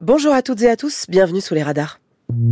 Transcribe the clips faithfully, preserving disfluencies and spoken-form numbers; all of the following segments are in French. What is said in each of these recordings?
Bonjour à toutes et à tous, bienvenue sous les radars.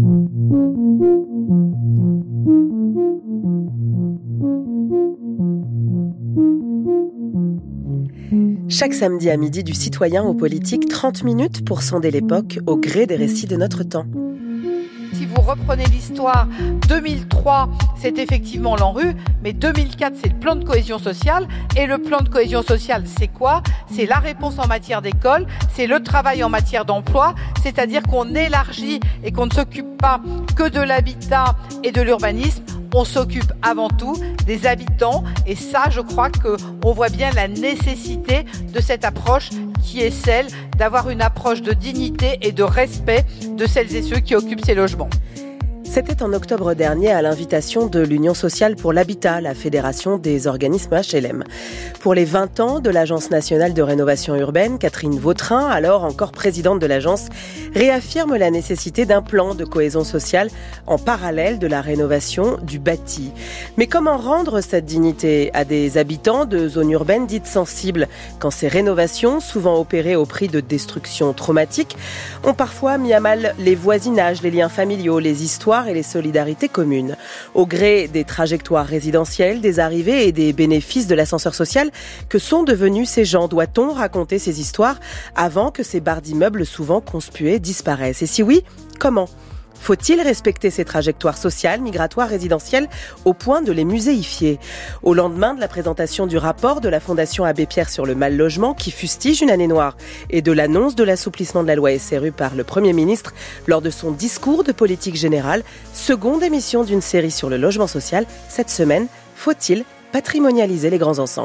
Chaque samedi à midi, du citoyen au politique, trente minutes pour sonder l'époque au gré des récits de notre temps. Si vous reprenez l'histoire, deux mille trois, c'est effectivement l'ANRU, mais deux mille quatre, c'est le plan de cohésion sociale. Et le plan de cohésion sociale, c'est quoi ? C'est la réponse en matière d'école, c'est le travail en matière d'emploi, c'est-à-dire qu'on élargit et qu'on ne s'occupe pas que de l'habitat et de l'urbanisme, on s'occupe avant tout des habitants. Et ça, je crois qu'on voit bien la nécessité de cette approche qui est celle d'avoir une approche de dignité et de respect de celles et ceux qui occupent ces logements. C'était en octobre dernier à l'invitation de l'Union sociale pour l'habitat, la fédération des organismes H L M. Pour les vingt ans de l'Agence nationale de rénovation urbaine, Catherine Vautrin, alors encore présidente de l'agence, réaffirme la nécessité d'un plan de cohésion sociale en parallèle de la rénovation du bâti. Mais comment rendre cette dignité à des habitants de zones urbaines dites sensibles quand ces rénovations, souvent opérées au prix de destruction traumatique, ont parfois mis à mal les voisinages, les liens familiaux, les histoires et les solidarités communes. Au gré des trajectoires résidentielles, des arrivées et des bénéfices de l'ascenseur social, que sont devenus ces gens ? Doit-on raconter ces histoires avant que ces barres d'immeubles souvent conspués disparaissent ? Et si oui, comment ? Faut-il respecter ces trajectoires sociales, migratoires, résidentielles, au point de les muséifier ? Au lendemain de la présentation du rapport de la Fondation Abbé Pierre sur le mal-logement, qui fustige une année noire, et de l'annonce de l'assouplissement de la loi S R U par le Premier ministre lors de son discours de politique générale, seconde émission d'une série sur le logement social, cette semaine, faut-il patrimonialiser les grands ensembles ?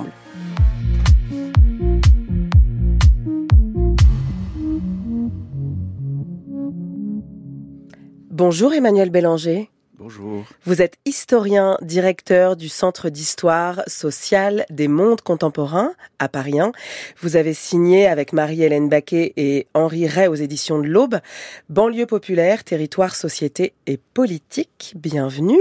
Bonjour Emmanuel Bélanger. Bonjour. Vous êtes historien, directeur du Centre d'histoire sociale des mondes contemporains à Paris un. Vous avez signé avec Marie-Hélène Baquet et Henri Rey aux éditions de l'Aube Banlieue populaire, territoire, société et politique. Bienvenue.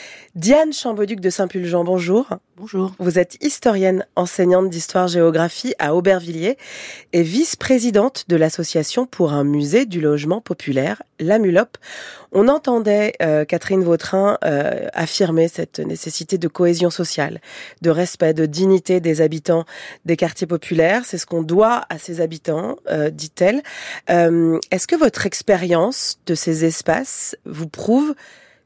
Diane Chambauduc de Saint-Pulgent, bonjour. Bonjour. Vous êtes historienne, enseignante d'histoire-géographie à Aubervilliers et vice-présidente de l'association pour un musée du logement populaire, la MULOP. On entendait euh, Catherine Vautrin euh, affirmer cette nécessité de cohésion sociale, de respect, de dignité des habitants des quartiers populaires. C'est ce qu'on doit à ces habitants, euh, dit-elle. Euh, est-ce que votre expérience de ces espaces vous prouve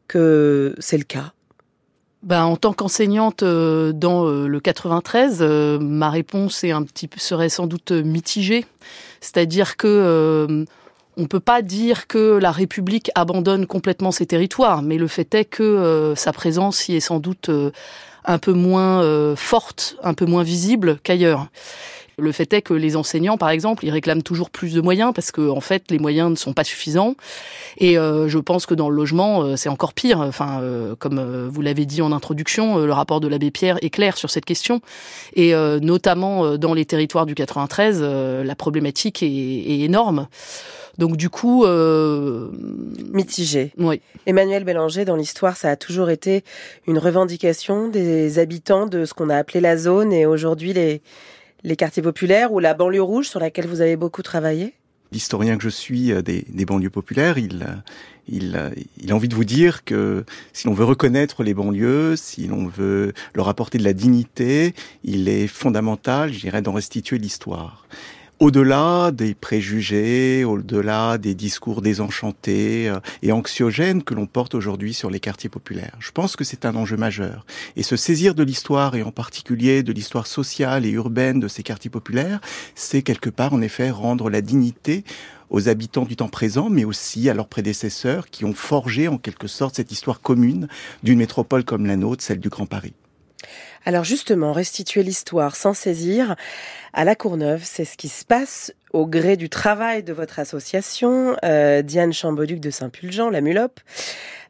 que c'est le cas ? Ben, en tant qu'enseignante euh, dans euh, le quatre-vingt-treize, euh, ma réponse est un petit peu, serait sans doute mitigée. C'est-à-dire que euh, on peut pas dire que la République abandonne complètement ses territoires, mais le fait est que euh, sa présence y est sans doute euh, un peu moins euh, forte, un peu moins visible qu'ailleurs. Le fait est que les enseignants, par exemple, ils réclament toujours plus de moyens parce que, en fait, les moyens ne sont pas suffisants. Et euh, je pense que dans le logement, euh, c'est encore pire. Enfin, euh, comme euh, vous l'avez dit en introduction, euh, le rapport de l'Abbé Pierre est clair sur cette question. Et euh, notamment euh, dans les territoires du quatre-vingt-treize, euh, la problématique est, est énorme. Donc du coup... Euh... Mitigé. Oui. Emmanuel Bélanger, dans l'histoire, ça a toujours été une revendication des habitants de ce qu'on a appelé la zone et aujourd'hui les... les quartiers populaires ou la banlieue rouge sur laquelle vous avez beaucoup travaillé ? L'historien que je suis des, des banlieues populaires, il, il, il a envie de vous dire que si l'on veut reconnaître les banlieues, si l'on veut leur apporter de la dignité, il est fondamental, je dirais, d'en restituer l'histoire. Au-delà des préjugés, au-delà des discours désenchantés et anxiogènes que l'on porte aujourd'hui sur les quartiers populaires. Je pense que c'est un enjeu majeur. Et se saisir de l'histoire, et en particulier de l'histoire sociale et urbaine de ces quartiers populaires, c'est quelque part, en effet, rendre la dignité aux habitants du temps présent, mais aussi à leurs prédécesseurs qui ont forgé, en quelque sorte, cette histoire commune d'une métropole comme la nôtre, celle du Grand Paris. Alors justement, restituer l'histoire sans saisir, à La Courneuve, c'est ce qui se passe au gré du travail de votre association, euh, Diane Chambauduc de Saint-Pulgent, la MULOP.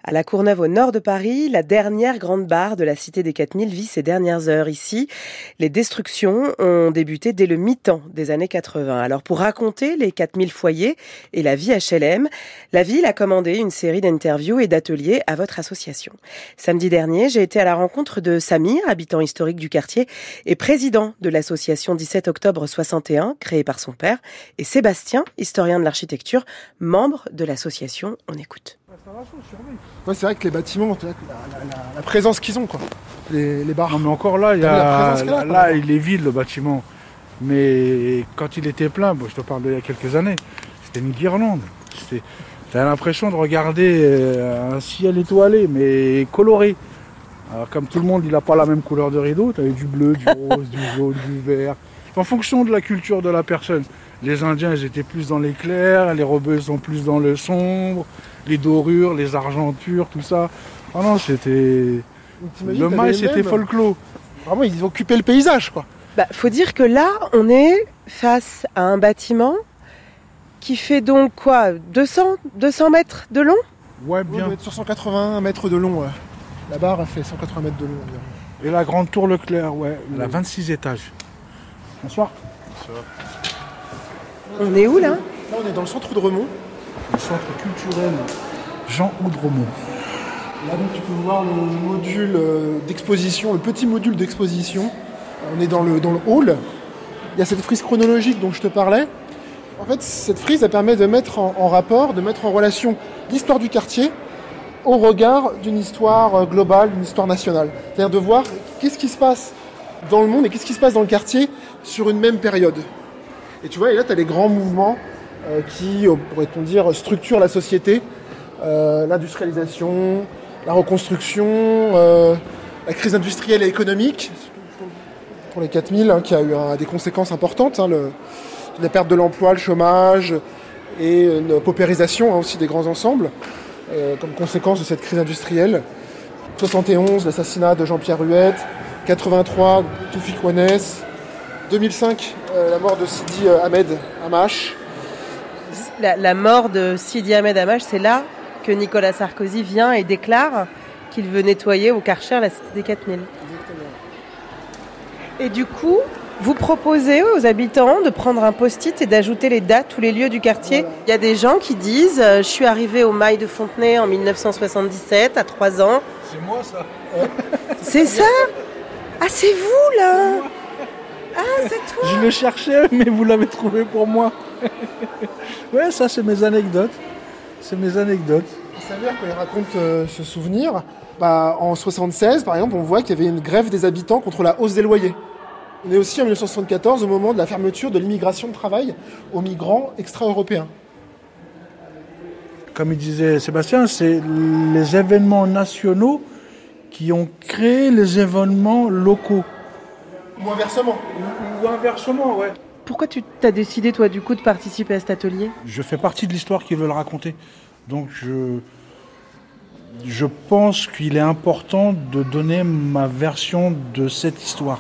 À la Courneuve, au nord de Paris, la dernière grande barre de la cité des quatre mille vit ses dernières heures. Ici, les destructions ont débuté dès le mi-temps des années quatre-vingts. Alors, pour raconter les quatre mille foyers et la vie H L M, la ville a commandé une série d'interviews et d'ateliers à votre association. Samedi dernier, j'ai été à la rencontre de Samir, habitant historique du quartier et président de l'association dix-sept octobre soixante et un, créée par son père, et Sébastien, historien de l'architecture, membre de l'association. On écoute. Ouais, c'est vrai que les bâtiments, la, la, la, la présence qu'ils ont, quoi. Les, les bars. Non, mais encore là, il y a, là, là il est vide le bâtiment. Mais quand il était plein, bon, je te parle d'il y a quelques années, c'était une guirlande. C'était, t'as l'impression de regarder un ciel étoilé, mais coloré. Alors, comme tout le monde, il n'a pas la même couleur de rideau. Tu avais du bleu, du rose, du jaune, du vert. En fonction de la culture de la personne. Les Indiens, ils étaient plus dans l'éclair, les Rebeux sont plus dans le sombre, les dorures, les argentures, tout ça. Ah non, c'était... Le mail, c'était folklore. Vraiment, ils occupaient le paysage, quoi. Bah, faut dire que là, on est face à un bâtiment qui fait donc quoi, deux cents, deux cents mètres de long ? Ouais, bien. On doit être sur cent quatre-vingts mètres de long. Ouais. La barre a fait cent quatre-vingts mètres de long environ. Et la grande tour Leclerc, ouais, elle a vingt-six étages. Bonsoir. Bonsoir. On est où là ? Là, on est dans le centre Oudremont. Le centre culturel Jean Oudremont. Là, donc, tu peux voir le module d'exposition, le petit module d'exposition. On est dans le, dans le hall. Il y a cette frise chronologique dont je te parlais. En fait, cette frise, elle permet de mettre en, en rapport, de mettre en relation l'histoire du quartier au regard d'une histoire globale, d'une histoire nationale. C'est-à-dire de voir qu'est-ce qui se passe dans le monde et qu'est-ce qui se passe dans le quartier sur une même période. Et tu vois, et là, tu as les grands mouvements euh, qui, pourrait-on dire, structurent la société. Euh, l'industrialisation, la reconstruction, euh, la crise industrielle et économique, pour les quatre mille, hein, qui a eu un, des conséquences importantes, hein, le, la perte de l'emploi, le chômage et une paupérisation hein, aussi des grands ensembles, euh, comme conséquence de cette crise industrielle. soixante et onze, l'assassinat de Jean-Pierre Huette, quatre-vingt-trois, Toufik Ouanès, deux mille cinq, euh, la mort de Sidi euh, Ahmed Hamache. La, la mort de Sidi Ahmed Hamache, c'est là que Nicolas Sarkozy vient et déclare qu'il veut nettoyer au Karcher la cité des quatre mille. Exactement. Et du coup, vous proposez aux habitants de prendre un post-it et d'ajouter les dates ou les lieux du quartier. Voilà. Il y a des gens qui disent euh, « Je suis arrivé au Mail de Fontenay en dix-neuf cent soixante-dix-sept, à trois ans. » C'est moi, ça. C'est ça ? Ah, c'est vous, là ? Ah, c'est toi. Je le cherchais, mais vous l'avez trouvé pour moi. Ouais, ça, c'est mes anecdotes. C'est mes anecdotes. Ça veut dire quand il raconte euh, ce souvenir, bah, en soixante-seize, par exemple, on voit qu'il y avait une grève des habitants contre la hausse des loyers. On est aussi en dix-neuf cent soixante-quatorze, au moment de la fermeture de l'immigration de travail aux migrants extra-européens. Comme il disait Sébastien, c'est les événements nationaux qui ont créé les événements locaux. Ou inversement. Ou, ou inversement, ouais. Pourquoi tu t'as décidé, toi, du coup, de participer à cet atelier ? Je fais partie de l'histoire qu'ils veulent raconter. Donc, je, je pense qu'il est important de donner ma version de cette histoire.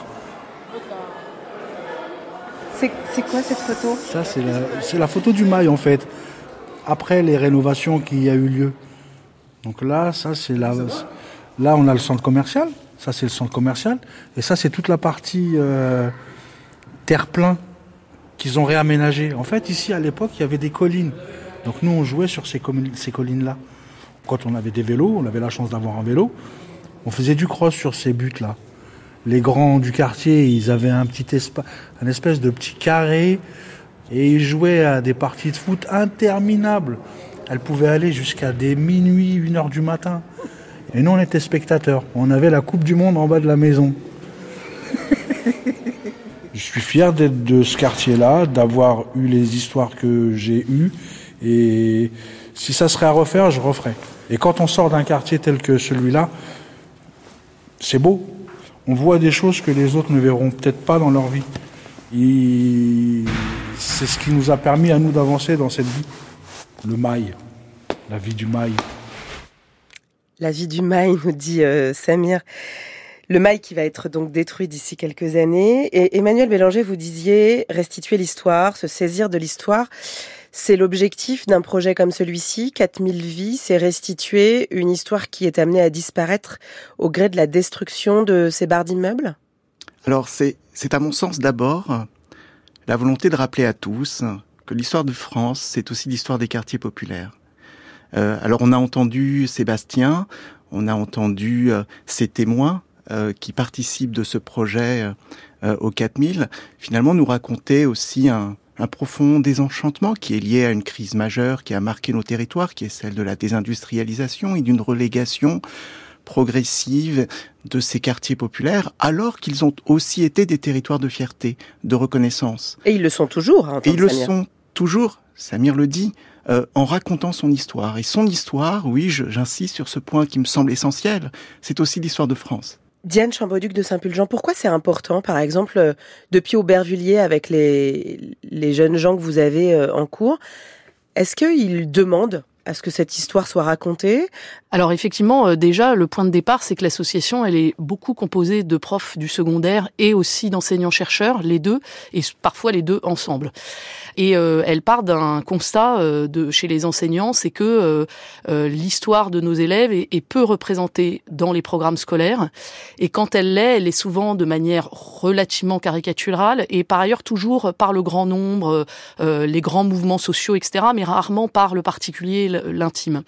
C'est, c'est quoi cette photo ? Ça, c'est la, c'est la photo du Mail, en fait, après les rénovations qu'il y a eu lieu. Donc là, ça, c'est la... Là, on a le centre commercial. Ça, c'est le centre commercial. Et ça, c'est toute la partie euh, terre-plein qu'ils ont réaménagée. En fait, ici, à l'époque, il y avait des collines. Donc nous, on jouait sur ces, com- ces collines-là. Quand on avait des vélos, on avait la chance d'avoir un vélo, on faisait du cross sur ces buttes-là. Les grands du quartier, ils avaient un petit espace, un espèce de petit carré, et ils jouaient à des parties de foot interminables. Elles pouvaient aller jusqu'à des minuit, une heure du matin. Et nous, on était spectateurs. On avait la Coupe du Monde en bas de la maison. Je suis fier d'être de ce quartier-là, d'avoir eu les histoires que j'ai eues. Et si ça serait à refaire, je referais. Et quand on sort d'un quartier tel que celui-là, c'est beau. On voit des choses que les autres ne verront peut-être pas dans leur vie. Et c'est ce qui nous a permis à nous d'avancer dans cette vie. Le Mail, la vie du Mail. La vie du Mail, nous dit euh, Samir. Le Mail qui va être donc détruit d'ici quelques années. Et Emmanuel Bélanger, vous disiez restituer l'histoire, se saisir de l'histoire. C'est l'objectif d'un projet comme celui-ci, quatre mille vies, c'est restituer une histoire qui est amenée à disparaître au gré de la destruction de ces barres d'immeubles ? Alors c'est, c'est à mon sens d'abord la volonté de rappeler à tous que l'histoire de France, c'est aussi l'histoire des quartiers populaires. Euh, alors on a entendu Sébastien, on a entendu euh, ces témoins euh, qui participent de ce projet euh, au quatre mille, finalement nous raconter aussi un, un profond désenchantement qui est lié à une crise majeure qui a marqué nos territoires, qui est celle de la désindustrialisation et d'une relégation progressive de ces quartiers populaires, alors qu'ils ont aussi été des territoires de fierté, de reconnaissance. Et ils le sont toujours, hein, Et ils le sont toujours, Samir le dit, euh, en racontant son histoire. Et son histoire, oui, je, j'insiste sur ce point qui me semble essentiel, c'est aussi l'histoire de France. Diane Chambauduc de Saint-Pulgent, pourquoi c'est important, par exemple, euh, depuis Aubervilliers, avec les, les jeunes gens que vous avez euh, en cours, est-ce qu'ils demandent à ce que cette histoire soit racontée ? Alors effectivement, euh, déjà, le point de départ, c'est que l'association, elle est beaucoup composée de profs du secondaire et aussi d'enseignants-chercheurs, les deux, et parfois les deux ensemble. Et euh, elle part d'un constat euh, de chez les enseignants, c'est que euh, euh, l'histoire de nos élèves est, est peu représentée dans les programmes scolaires. Et quand elle l'est, elle est souvent de manière relativement caricaturale et par ailleurs toujours par le grand nombre, euh, les grands mouvements sociaux, et cetera, mais rarement par le particulier, l'intime.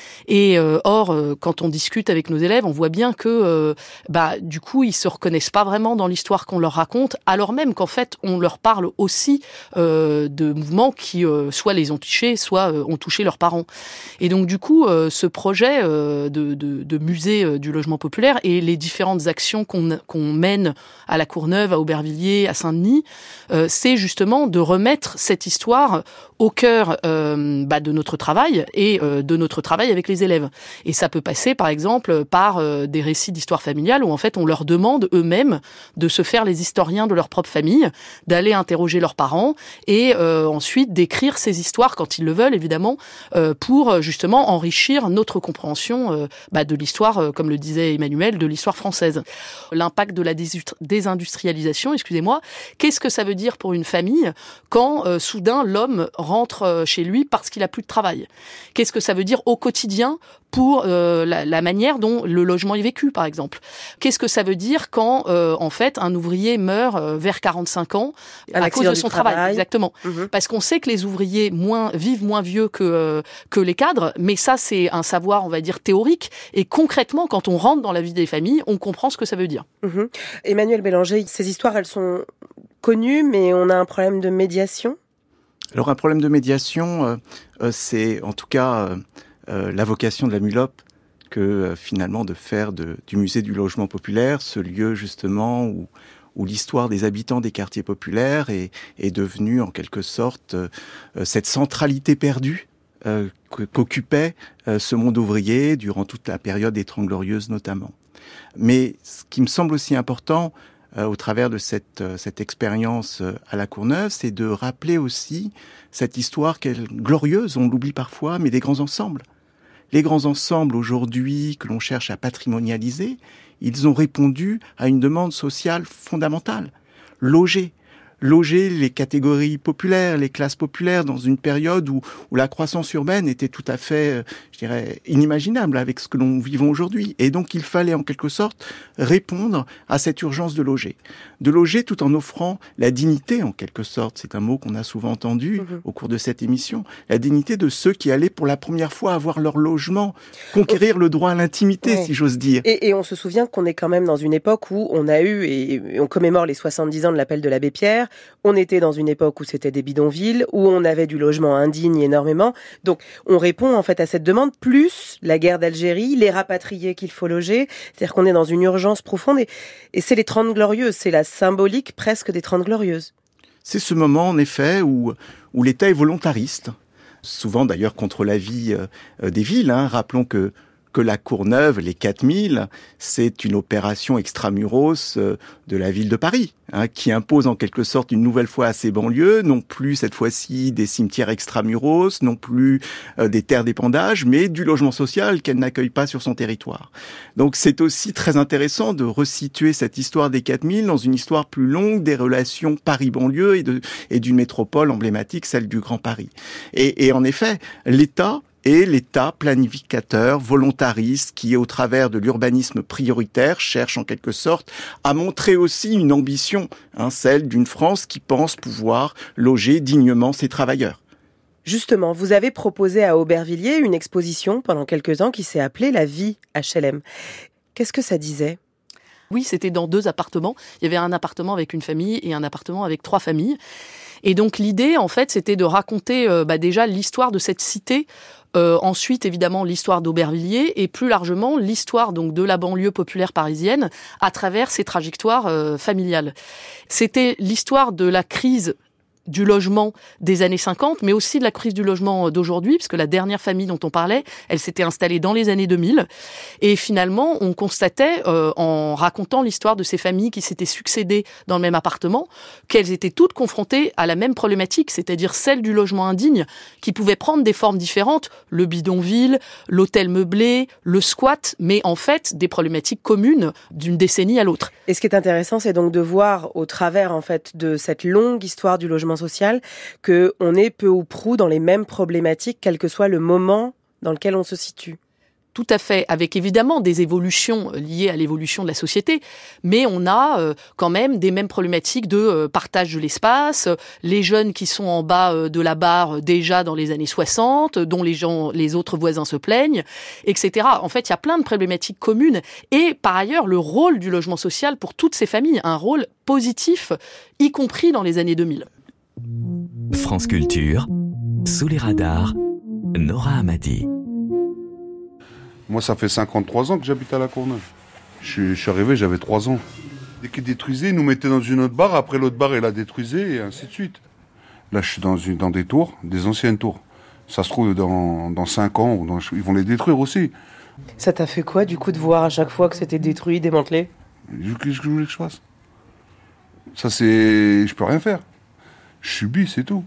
Et euh, or, euh, quand on discute avec nos élèves, on voit bien que, euh, bah, du coup, ils se reconnaissent pas vraiment dans l'histoire qu'on leur raconte, alors même qu'en fait, on leur parle aussi euh, de mouvements qui euh, soit les ont touchés, soit euh, ont touché leurs parents. Et donc, du coup, euh, ce projet euh, de, de, de musée euh, du logement populaire et les différentes actions qu'on, qu'on mène à la Courneuve, à Aubervilliers, à Saint-Denis, euh, c'est justement de remettre cette histoire au cœur euh, bah, de notre travail et euh, de notre travail avec les élèves. Et ça peut passer, par exemple, par euh, des récits d'histoire familiale où, en fait, on leur demande eux-mêmes de se faire les historiens de leur propre famille, d'aller interroger leurs parents et euh, ensuite d'écrire ces histoires, quand ils le veulent, évidemment, euh, pour justement enrichir notre compréhension euh, bah, de l'histoire, euh, comme le disait Emmanuel, de l'histoire française. L'impact de la désindustrialisation, excusez-moi, qu'est-ce que ça veut dire pour une famille quand, euh, soudain, l'homme rentre chez lui parce qu'il a plus de travail? Qu'est-ce que ça veut dire au quotidien pour euh, la, la manière dont le logement est vécu, par exemple? Qu'est-ce que ça veut dire quand, euh, en fait, un ouvrier meurt euh, vers quarante-cinq ans un à cause de son travail, travail. Exactement. Mmh. Parce qu'on sait que les ouvriers moins, vivent moins vieux que, euh, que les cadres, mais ça, c'est un savoir, on va dire, théorique. Et concrètement, quand on rentre dans la vie des familles, on comprend ce que ça veut dire. Mmh. Emmanuel Bélanger, ces histoires, elles sont connues, mais on a un problème de médiation? Alors un problème de médiation, euh, euh, c'est en tout cas euh, euh, la vocation de la MULOP que euh, finalement de faire de, du musée du logement populaire ce lieu justement où, où l'histoire des habitants des quartiers populaires est, est devenue en quelque sorte euh, cette centralité perdue euh, qu'occupait euh, ce monde ouvrier durant toute la période des Trente Glorieuses notamment. Mais ce qui me semble aussi important Euh, au travers de cette, euh, cette expérience euh, à la Courneuve, c'est de rappeler aussi cette histoire qu'elle glorieuse, on l'oublie parfois, mais des grands ensembles. Les grands ensembles aujourd'hui que l'on cherche à patrimonialiser, ils ont répondu à une demande sociale fondamentale. Loger. Loger les catégories populaires, les classes populaires dans une période où, où la croissance urbaine était tout à fait, je dirais, inimaginable avec ce que l'on vit aujourd'hui. Et donc, il fallait en quelque sorte répondre à cette urgence de loger. De loger tout en offrant la dignité, en quelque sorte, c'est un mot qu'on a souvent entendu mmh. au cours de cette émission, la dignité de ceux qui allaient pour la première fois avoir leur logement, conquérir oh. le droit à l'intimité, ouais. si j'ose dire. Et, et on se souvient qu'on est quand même dans une époque où on a eu, et on commémore les soixante-dix ans de l'appel de l'abbé Pierre. On était dans une époque où c'était des bidonvilles, où on avait du logement indigne énormément. Donc, on répond en fait à cette demande, plus la guerre d'Algérie, les rapatriés qu'il faut loger. C'est-à-dire qu'on est dans une urgence profonde. Et, et c'est les Trente Glorieuses, c'est la symbolique presque des Trente Glorieuses. C'est ce moment, en effet, où, où l'État est volontariste. Souvent, d'ailleurs, contre l'avis euh, des villes. Hein. Rappelons que que la Courneuve, les quatre mille, c'est une opération extramuros de la ville de Paris, hein, qui impose en quelque sorte une nouvelle fois à ses banlieues, non plus cette fois-ci des cimetières extramuros, non plus euh, des terres d'épandage, mais du logement social qu'elle n'accueille pas sur son territoire. Donc c'est aussi très intéressant de resituer cette histoire des quatre mille dans une histoire plus longue des relations Paris-banlieue et, de, et d'une métropole emblématique, celle du Grand Paris. Et, et en effet, l'État et l'État planificateur, volontariste, qui, au travers de l'urbanisme prioritaire, cherche en quelque sorte à montrer aussi une ambition, hein, celle d'une France qui pense pouvoir loger dignement ses travailleurs. Justement, vous avez proposé à Aubervilliers une exposition pendant quelques temps qui s'est appelée La vie H L M. Qu'est-ce que ça disait ? Oui, c'était dans deux appartements. Il y avait un appartement avec une famille et un appartement avec trois familles. Et donc l'idée, en fait, c'était de raconter euh, bah, déjà l'histoire de cette cité. Euh, ensuite, évidemment, l'histoire d'Aubervilliers et plus largement l'histoire donc de la banlieue populaire parisienne à travers ses trajectoires euh, familiales. C'était l'histoire de la crise du logement des années cinquante, mais aussi de la crise du logement d'aujourd'hui, puisque la dernière famille dont on parlait, elle s'était installée dans les années deux mille. Et finalement, on constatait, euh, en racontant l'histoire de ces familles qui s'étaient succédées dans le même appartement, qu'elles étaient toutes confrontées à la même problématique, c'est-à-dire celle du logement indigne, qui pouvait prendre des formes différentes, le bidonville, l'hôtel meublé, le squat, mais en fait, des problématiques communes d'une décennie à l'autre. Et ce qui est intéressant, c'est donc de voir, au travers en fait de cette longue histoire du logement social, qu'on est peu ou prou dans les mêmes problématiques, quel que soit le moment dans lequel on se situe. Tout à fait, avec évidemment des évolutions liées à l'évolution de la société, mais on a euh, quand même des mêmes problématiques de euh, partage de l'espace, les jeunes qui sont en bas euh, de la barre déjà dans les années soixante, dont les gens, les autres voisins se plaignent, et cetera. En fait, il y a plein de problématiques communes, et par ailleurs, le rôle du logement social pour toutes ces familles, un rôle positif, y compris dans les années deux mille. France Culture, sous les radars, Nora Hamadi. Moi, ça fait cinquante-trois ans que j'habite à la Courneuve. Je suis, je suis arrivé, j'avais trois ans. Dès qu'ils détruisaient, ils nous mettaient dans une autre barre. Après, l'autre barre, ils la détruisaient, et ainsi de suite. Là, je suis dans, une, dans des tours, des anciennes tours. Ça se trouve, dans, dans cinq ans, dans, ils vont les détruire aussi. Ça t'a fait quoi, du coup, de voir à chaque fois que c'était détruit, démantelé ? Qu'est-ce que je voulais que je fasse ? Ça, c'est... Je peux rien faire. Je subis, c'est tout.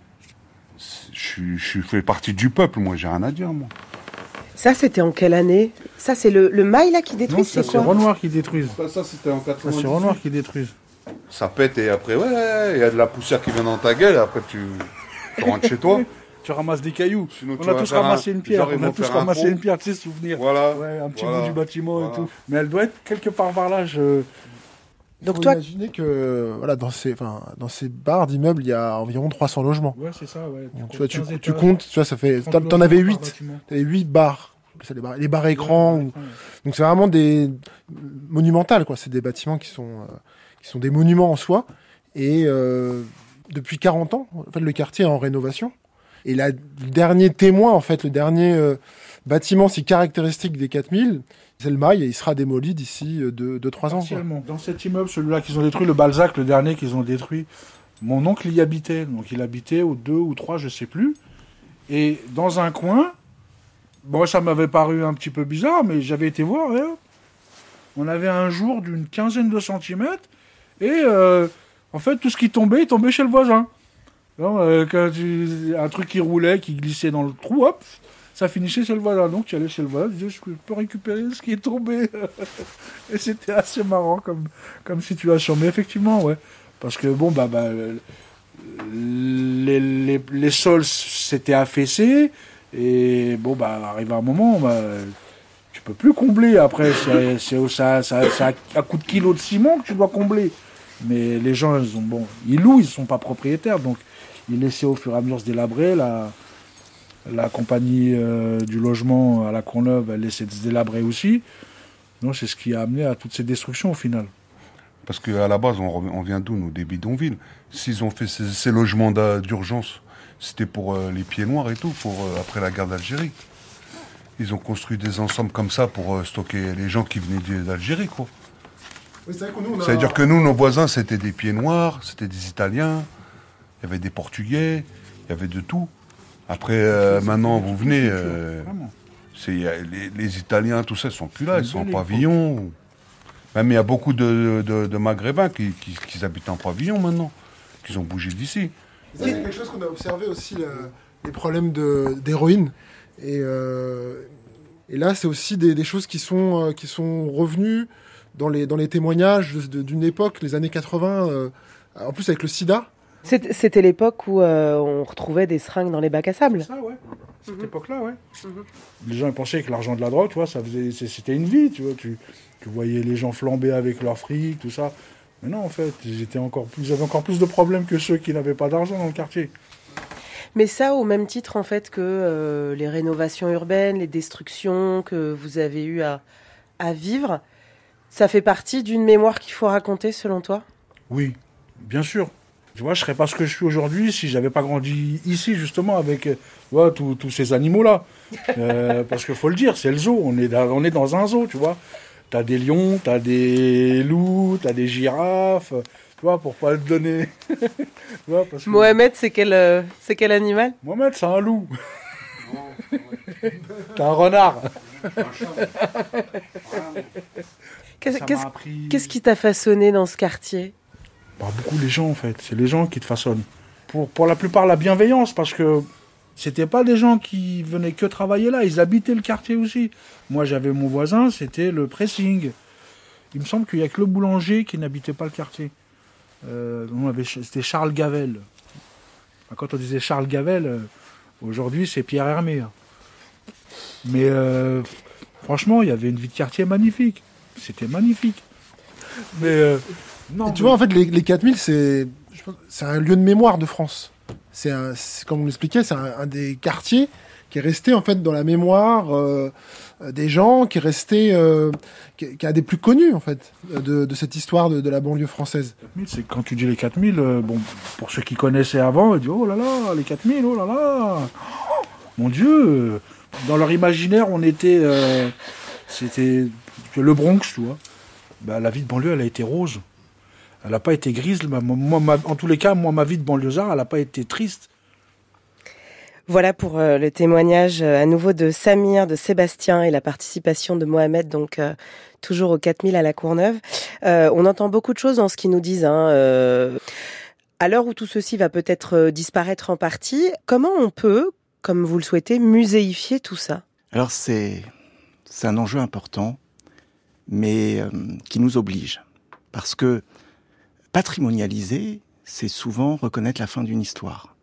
Je, je fais partie du peuple, moi, j'ai rien à dire, moi. Ça, c'était en quelle année ? Ça, c'est le, le mail là qui détruit, non, c'est ça, quoi ? c'est Renoir qui détruisent. Ça, ça c'était en quatre-vingt-dix-huit. Ça, c'est Renoir qui détruisent. Ça pète et après, ouais, il y a de la poussière qui vient dans ta gueule, et après tu, tu rentres chez toi. Tu ramasses des cailloux. Sinon, on a tous ramassé un... une pierre. Genre, on a tous ramassé une pierre, tu sais, souvenir. Voilà. Ouais, un petit voilà. bout du bâtiment voilà. et tout. Mais elle doit être quelque part par là. Je... Donc toi, imaginez que voilà, dans ces, enfin, dans ces barres d'immeubles, il y a environ trois cents logements. Ouais, c'est ça. Ouais. Donc, tu vois, tu, tu comptes, tu vois, ça fait. T'en, t'en avais huit. T'avais huit barres. Les barres, les barres écrans. Ouais, ou... Donc c'est vraiment des monumentales, quoi. C'est des bâtiments qui sont, euh, qui sont des monuments en soi. Et euh, depuis quarante ans, en fait, le quartier est en rénovation. Et la, le dernier témoin, en fait, le dernier euh, bâtiment si caractéristique des quatre mille, c'est le mail, et il sera démoli d'ici deux trois ans. Quoi. Dans cet immeuble, celui-là qu'ils ont détruit, le Balzac, le dernier qu'ils ont détruit, mon oncle y habitait. Donc il habitait au deux ou trois, je sais plus. Et dans un coin, bon, ça m'avait paru un petit peu bizarre, mais j'avais été voir, ouais, on avait un jour d'une quinzaine de centimètres, et euh, en fait, tout ce qui tombait, il tombait chez le voisin. Donc, euh, quand tu, un truc qui roulait, qui glissait dans le trou, hop, ça finissait chez le voisin. Donc tu allais chez le voisin, tu disais, je peux récupérer ce qui est tombé. Et c'était assez marrant comme, comme situation. Mais effectivement, ouais. Parce que bon, bah, bah les, les, les sols s'étaient affaissés. Et bon, bah, arrive un moment, bah, tu peux plus combler. Après, c'est, c'est, ça, ça, ça a un coup de kilo de ciment que tu dois combler. Mais les gens, ils, ont, bon, ils louent, ils ne sont pas propriétaires. Donc, ils laissaient au fur et à mesure se délabrer. La, la compagnie euh, du logement à la Courneuve, elle laissait se délabrer aussi. Donc, c'est ce qui a amené à toutes ces destructions au final. Parce qu'à la base, on, on vient d'où, nous, des bidonvilles. S'ils ont fait ces, ces logements d'urgence, c'était pour euh, les pieds noirs et tout, pour, euh, après la guerre d'Algérie. Ils ont construit des ensembles comme ça pour euh, stocker les gens qui venaient d'Algérie, quoi. Oui, c'est vrai que nous, on a... Ça veut dire que nous, nos voisins, c'était des pieds noirs, c'était des Italiens, il y avait des Portugais, il y avait de tout. Après, euh, maintenant, vous venez... Euh, C'est, les, les Italiens, tout ça, ils sont plus là, ils sont en pavillon. Même il y a beaucoup de, de, de Maghrébins qui, qui, qui habitent en pavillon maintenant, qui ont bougé d'ici. Ça, c'est quelque chose qu'on a observé aussi, la, les problèmes de, d'héroïne. Et, euh, et là, c'est aussi des, des choses qui sont, euh, qui sont revenues dans les, dans les témoignages de, de, d'une époque, les années quatre-vingts, euh, en plus avec le sida. C'était, c'était l'époque où euh, on retrouvait des seringues dans les bacs à sable. Ça, ouais. Cette Mhm. époque-là, ouais. Mhm. Les gens ils pensaient que l'argent de la drogue, tu vois, ça faisait, c'était une vie, tu vois. Tu, tu voyais les gens flamber avec leur fric, tout ça. Mais non, en fait, ils, étaient encore plus, ils avaient encore plus de problèmes que ceux qui n'avaient pas d'argent dans le quartier. Mais ça, au même titre, en fait, que euh, les rénovations urbaines, les destructions que vous avez eues à, à vivre, ça fait partie d'une mémoire qu'il faut raconter, selon toi ? Oui, bien sûr. Tu vois, je serais pas ce que je suis aujourd'hui si j'avais pas grandi ici, justement, avec tu vois, tous, tous ces animaux-là. Euh, parce qu'il faut le dire, c'est le zoo. On est dans, on est dans un zoo, tu vois. T'as des lions, t'as des loups, t'as des girafes, tu vois, pour pas te donner... tu vois, parce que... Mohamed, c'est quel, euh, c'est quel animal ? Mohamed, c'est un loup. T'as un renard. Qu'est-ce, Ça qu'est-ce, m'a appris- qu'est-ce qui t'a façonné dans ce quartier ? Bah, beaucoup les gens, en fait. C'est les gens qui te façonnent. Pour, pour la plupart, la bienveillance, parce que c'était pas des gens qui venaient que travailler là. Ils habitaient le quartier aussi. Moi, j'avais mon voisin, c'était le pressing. Il me semble qu'il n'y a que le boulanger qui n'habitait pas le quartier. Euh, on avait, c'était Charles Gavel. Quand on disait Charles Gavel, euh, aujourd'hui, c'est Pierre Hermé. Hein. Mais euh, franchement, il y avait une vie de quartier magnifique. C'était magnifique. Mais... Euh, Non, et tu mais... vois, en fait, les, les quatre mille, c'est, je pense, c'est un lieu de mémoire de France. C'est, un, c'est comme on l'expliquait, c'est un, un des quartiers qui est resté en fait dans la mémoire euh, des gens, qui est resté, euh, qui, qui est un des plus connus en fait de, de cette histoire de, de la banlieue française. quatre mille, c'est quand tu dis les quatre mille, euh, bon, pour ceux qui connaissaient avant, ils disent oh là là, les quatre mille, oh là là, oh, mon Dieu. Dans leur imaginaire, on était, euh, c'était le Bronx, tu vois. Bah, la vie de banlieue, elle a été rose. Elle n'a pas été grise. Moi, ma, en tous les cas, moi, ma vie de banlieusard, elle n'a pas été triste. Voilà pour euh, le témoignage euh, à nouveau de Samir, de Sébastien et la participation de Mohamed, donc euh, toujours au quatre mille à la Courneuve. Euh, on entend beaucoup de choses dans ce qu'ils nous disent. Hein, euh, à l'heure où tout ceci va peut-être euh, disparaître en partie, comment on peut, comme vous le souhaitez, muséifier tout ça ? Alors c'est, c'est un enjeu important, mais euh, qui nous oblige. Parce que patrimonialiser, c'est souvent reconnaître la fin d'une histoire.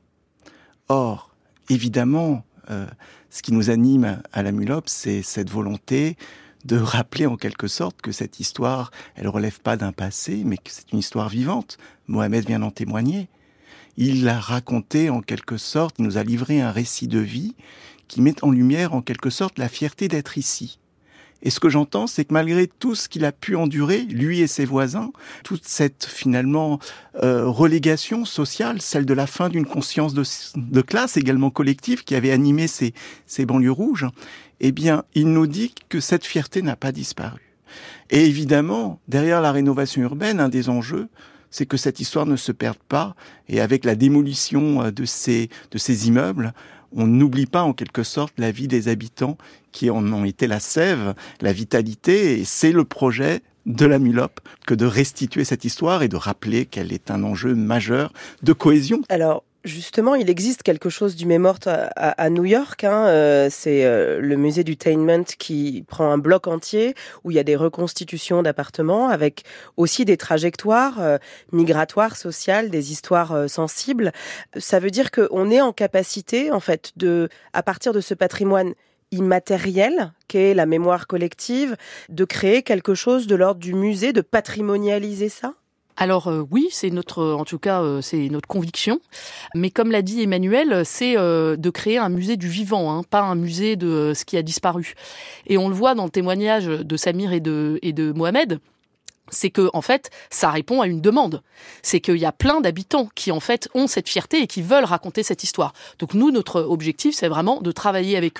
Or, évidemment, euh, ce qui nous anime à la MULOP, c'est cette volonté de rappeler en quelque sorte que cette histoire, elle relève pas d'un passé, mais que c'est une histoire vivante. Mohamed vient d'en témoigner. Il l'a raconté en quelque sorte, il nous a livré un récit de vie qui met en lumière en quelque sorte la fierté d'être ici. Et ce que j'entends, c'est que malgré tout ce qu'il a pu endurer, lui et ses voisins, toute cette finalement euh, relégation sociale, celle de la fin d'une conscience de, de classe également collective qui avait animé ces, ces banlieues rouges, eh bien, il nous dit que cette fierté n'a pas disparu. Et évidemment, derrière la rénovation urbaine, un des enjeux, c'est que cette histoire ne se perde pas. Et avec la démolition de ces, de ces immeubles, on n'oublie pas en quelque sorte la vie des habitants qui en ont été la sève, la vitalité, et c'est le projet de la MULOP que de restituer cette histoire et de rappeler qu'elle est un enjeu majeur de cohésion. Alors, justement, il existe quelque chose du même ordre à, à, à New York. Hein, euh, c'est euh, le musée du Tainment qui prend un bloc entier où il y a des reconstitutions d'appartements avec aussi des trajectoires euh, migratoires, sociales, des histoires euh, sensibles. Ça veut dire qu'on est en capacité, en fait, de, à partir de ce patrimoine immatériel qu'est la mémoire collective, de créer quelque chose de l'ordre du musée, de patrimonialiser ça ? Alors euh, oui, c'est notre, en tout cas, euh, c'est notre conviction. Mais comme l'a dit Emmanuel, c'est euh, de créer un musée du vivant, hein, pas un musée de euh, ce qui a disparu. Et on le voit dans le témoignage de Samir et de, et de Mohamed. C'est que, en fait, ça répond à une demande. C'est qu'il y a plein d'habitants qui, en fait, ont cette fierté et qui veulent raconter cette histoire. Donc nous, notre objectif, c'est vraiment de travailler avec eux.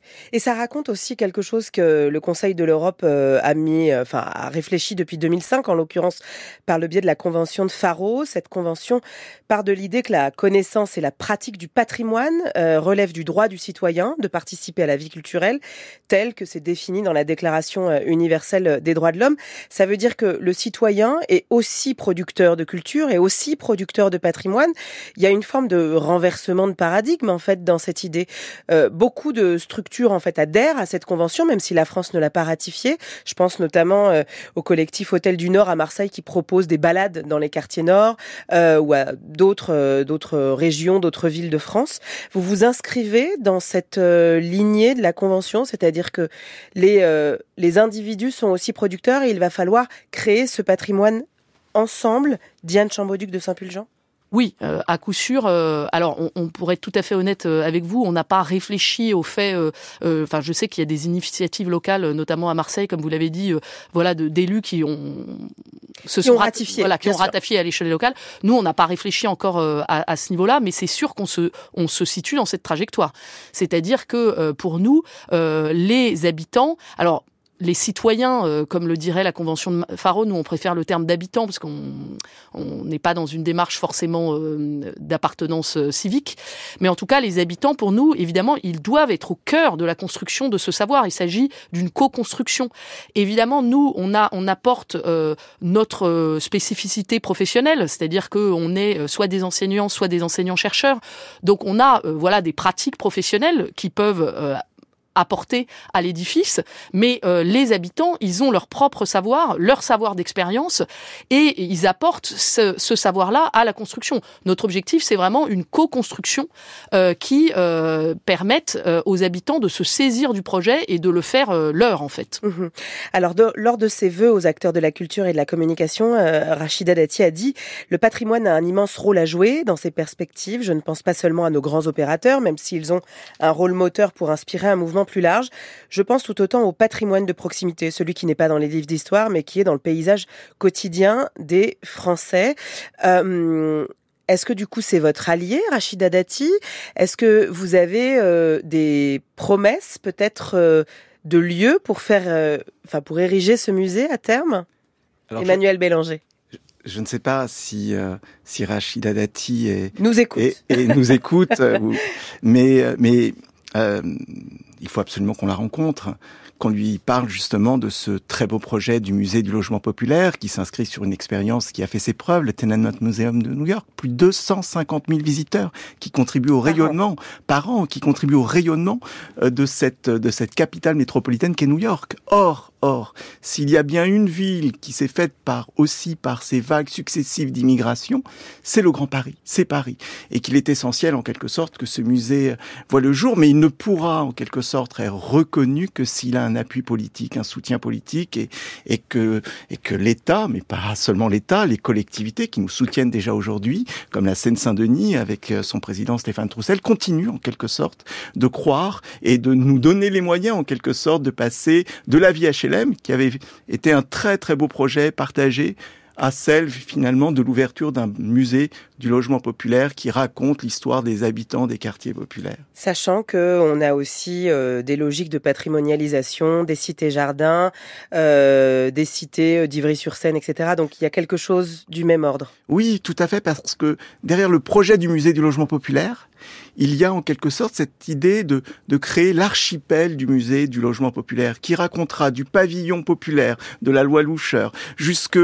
Et ça raconte aussi quelque chose que le Conseil de l'Europe euh, a mis, euh, enfin a réfléchi depuis deux mille cinq, en l'occurrence par le biais de la Convention de Faro. Cette convention part de l'idée que la connaissance et la pratique du patrimoine euh, relèvent du droit du citoyen de participer à la vie culturelle, tel que c'est défini dans la Déclaration universelle des droits de l'homme. Ça veut dire que le citoyen est aussi producteur de culture et aussi producteur de patrimoine. Il y a une forme de renversement de paradigme en fait dans cette idée. Euh, beaucoup de structures en fait adhèrent à cette convention, même si la France ne l'a pas ratifiée. Je pense notamment euh, au collectif Hôtel du Nord à Marseille qui propose des balades dans les quartiers nord euh, ou à d'autres euh, d'autres régions, d'autres villes de France. Vous vous inscrivez dans cette euh, lignée de la convention, c'est-à-dire que les euh, les individus sont aussi producteurs et il va falloir créer ce patrimoine ensemble. Diane Chambauduc de Saint-Pulgent. Oui, euh, à coup sûr. Euh, alors, on, on pourrait être tout à fait honnête euh, avec vous. On n'a pas réfléchi au fait. Enfin, euh, euh, je sais qu'il y a des initiatives locales, notamment à Marseille, comme vous l'avez dit, euh, voilà, de, d'élus qui ont se qui sont ont ratifié, voilà, qui ont sûr. ratifié à l'échelle locale. Nous, on n'a pas réfléchi encore euh, à, à ce niveau-là, mais c'est sûr qu'on se on se situe dans cette trajectoire. C'est-à-dire que euh, pour nous, euh, les habitants, alors. Les citoyens, euh, comme le dirait la Convention de Faro, nous on préfère le terme d'habitants parce qu'on on n'est pas dans une démarche forcément euh, d'appartenance euh, civique. Mais en tout cas, les habitants, pour nous, évidemment, ils doivent être au cœur de la construction de ce savoir. Il s'agit d'une co-construction. Évidemment, nous, on, a, on apporte euh, notre euh, spécificité professionnelle, c'est-à-dire qu'on est euh, soit des enseignants, soit des enseignants-chercheurs. Donc on a euh, voilà, des pratiques professionnelles qui peuvent... Euh, apporter à l'édifice, mais euh, les habitants, ils ont leur propre savoir, leur savoir d'expérience, et ils apportent ce, ce savoir-là à la construction. Notre objectif, c'est vraiment une co-construction euh, qui euh, permette euh, aux habitants de se saisir du projet et de le faire euh, leur, en fait. Mmh. Alors, de, lors de ses vœux aux acteurs de la culture et de la communication, euh, Rachida Dati a dit « Le patrimoine a un immense rôle à jouer dans ses perspectives. Je ne pense pas seulement à nos grands opérateurs, même s'ils ont un rôle moteur pour inspirer un mouvement plus large. Je pense tout autant au patrimoine de proximité, celui qui n'est pas dans les livres d'histoire, mais qui est dans le paysage quotidien des Français. Euh, est-ce que du coup c'est votre allié, Rachida Dati ? Est-ce que vous avez euh, des promesses peut-être euh, de lieux pour faire, euh, enfin pour ériger ce musée à terme ? Alors, Emmanuel je... Bélanger. Je ne sais pas si euh, si Rachida Dati est, nous écoute, et, et nous écoute, euh, ou, mais mais Euh, il faut absolument qu'on la rencontre, qu'on lui parle justement de ce très beau projet du musée du logement populaire qui s'inscrit sur une expérience qui a fait ses preuves, le Tenement Museum de New York. Plus de deux cent cinquante mille visiteurs qui contribuent au rayonnement, par an, qui contribuent au rayonnement de cette, de cette capitale métropolitaine qu'est New York. Or, Or, s'il y a bien une ville qui s'est faite par, aussi par ces vagues successives d'immigration, c'est le Grand Paris, c'est Paris. Et qu'il est essentiel, en quelque sorte, que ce musée voit le jour, mais il ne pourra, en quelque sorte, être reconnu que s'il a un appui politique, un soutien politique, et, et que, et que l'État, mais pas seulement l'État, les collectivités qui nous soutiennent déjà aujourd'hui, comme la Seine-Saint-Denis, avec son président Stéphane Troussel, continuent, en quelque sorte, de croire et de nous donner les moyens, en quelque sorte, de passer de la vie H L M, qui avait été un très très beau projet partagé, à celle finalement de l'ouverture d'un musée du logement populaire qui raconte l'histoire des habitants des quartiers populaires. Sachant qu'on a aussi euh, des logiques de patrimonialisation, des cités-jardins, euh, des cités d'Ivry-sur-Seine, et cetera. Donc il y a quelque chose du même ordre. Oui, tout à fait, parce que derrière le projet du musée du logement populaire, il y a en quelque sorte cette idée de, de créer l'archipel du musée du logement populaire qui racontera du pavillon populaire de la loi Loucheur jusque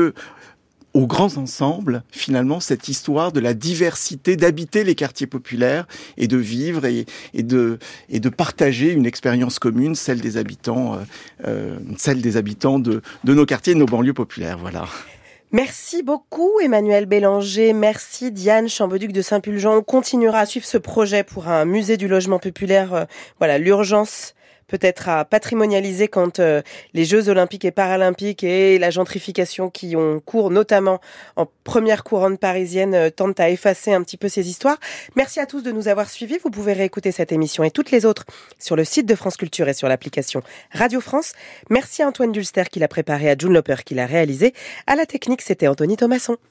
aux grands ensembles, finalement, cette histoire de la diversité, d'habiter les quartiers populaires et de vivre et, et de et de partager une expérience commune, celle des habitants, euh, celle des habitants de de nos quartiers, de nos banlieues populaires. Voilà. Merci beaucoup Emmanuel Bélanger, merci Diane Chambauduc de Saint-Pulgent. On continuera à suivre ce projet pour un musée du logement populaire. Euh, voilà, l'urgence peut-être à patrimonialiser quand euh, les Jeux Olympiques et Paralympiques et la gentrification qui ont cours, notamment en première couronne parisienne, euh, tentent à effacer un petit peu ces histoires. Merci à tous de nous avoir suivis. Vous pouvez réécouter cette émission et toutes les autres sur le site de France Culture et sur l'application Radio France. Merci à Antoine Dulster qui l'a préparé, à June Loper qui l'a réalisé. À la technique, c'était Anthony Thomasson.